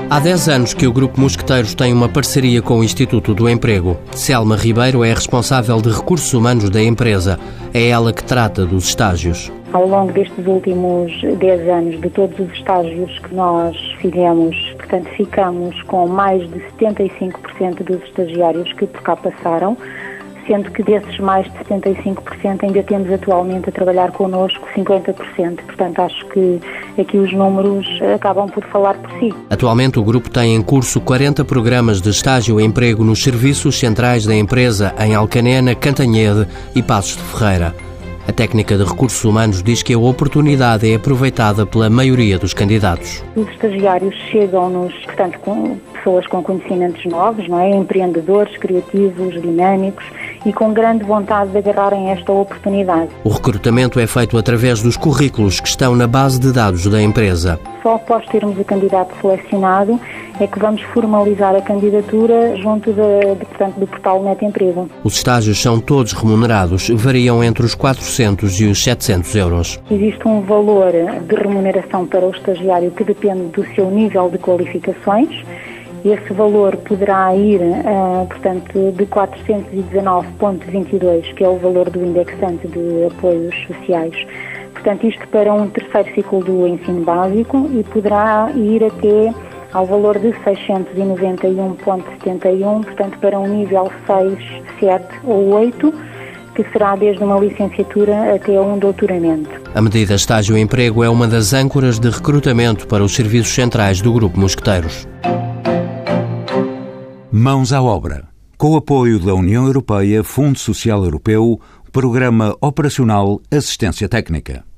Há 10 anos que o Grupo Mosqueteiros tem uma parceria com o Instituto do Emprego. Selma Ribeiro é responsável de recursos humanos da empresa. É ela que trata dos estágios. Ao longo destes últimos 10 anos, de todos os estágios que nós fizemos, portanto, ficamos com mais de 75% dos estagiários que por cá passaram, sendo que desses mais de 75% ainda temos atualmente a trabalhar connosco 50%. Portanto, acho que aqui os números acabam por falar por si. Atualmente o grupo tem em curso 40 programas de estágio e emprego nos serviços centrais da empresa em Alcanena, Cantanhede e Passos de Ferreira. A técnica de recursos humanos diz que a oportunidade é aproveitada pela maioria dos candidatos. Os estagiários chegam-nos, portanto, com pessoas com conhecimentos novos, não é? Empreendedores, criativos, dinâmicos e com grande vontade de agarrarem esta oportunidade. O recrutamento é feito através dos currículos que estão na base de dados da empresa. Só após termos o candidato selecionado é que vamos formalizar a candidatura junto do portal Net Emprego. Os estágios são todos remunerados, variam entre os 400 e os 700 euros. Existe um valor de remuneração para o estagiário que depende do seu nível de qualificações. Esse valor poderá ir, portanto, de 419,22, que é o valor do indexante de apoios sociais. Portanto, isto para um terceiro ciclo do ensino básico e poderá ir até ao valor de 691,71, portanto, para um nível 6, 7 ou 8, que será desde uma licenciatura até um doutoramento. A medida Estágio e Emprego é uma das âncoras de recrutamento para os serviços centrais do Grupo Mosqueteiros. Mãos à obra. Com o apoio da União Europeia, Fundo Social Europeu, Programa Operacional Assistência Técnica.